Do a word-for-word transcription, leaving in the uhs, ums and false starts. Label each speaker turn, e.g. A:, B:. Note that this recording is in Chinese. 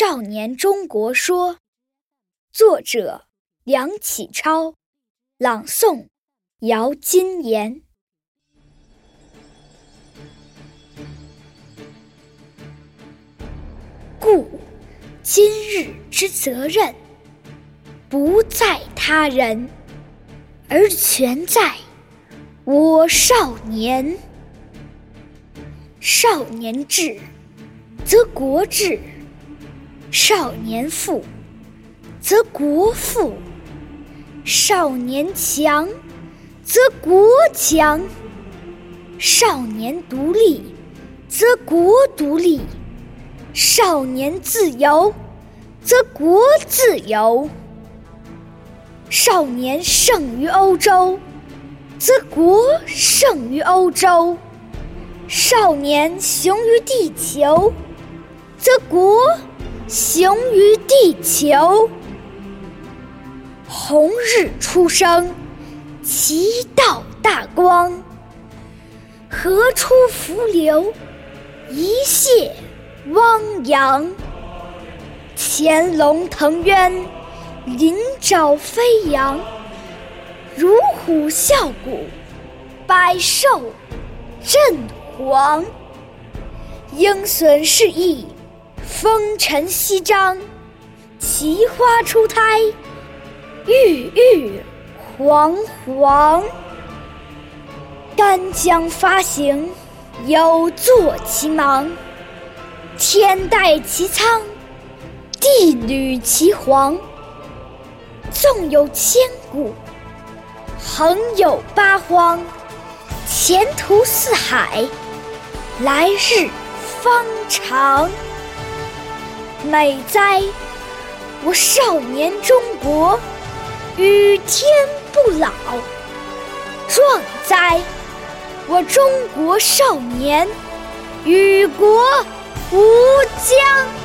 A: 少年中国说》，作者梁启超，朗诵姚金言。故今日之责任，不在他人，而全在我少年。少年智，则国智；少年富，则国富；少年强，则国强；少年独立，则国独立；少年自由，则国自由；少年胜于欧洲，则国胜于欧洲；少年雄于地球，则国雄于地球。红日初升，其道大光；河出伏流，一泻汪洋。潜龙腾渊，鳞爪飞扬；乳虎啸谷，百兽震惶。鹰隼试翼，风尘翕张；奇花初胎，郁郁皇皇。干将发行，有作其芒；天戴其苍，地履其黄。纵有千古，横有八荒；前途似海，来日方长。美哉，我少年中国，与天不老；壮哉，我中国少年，与国无疆。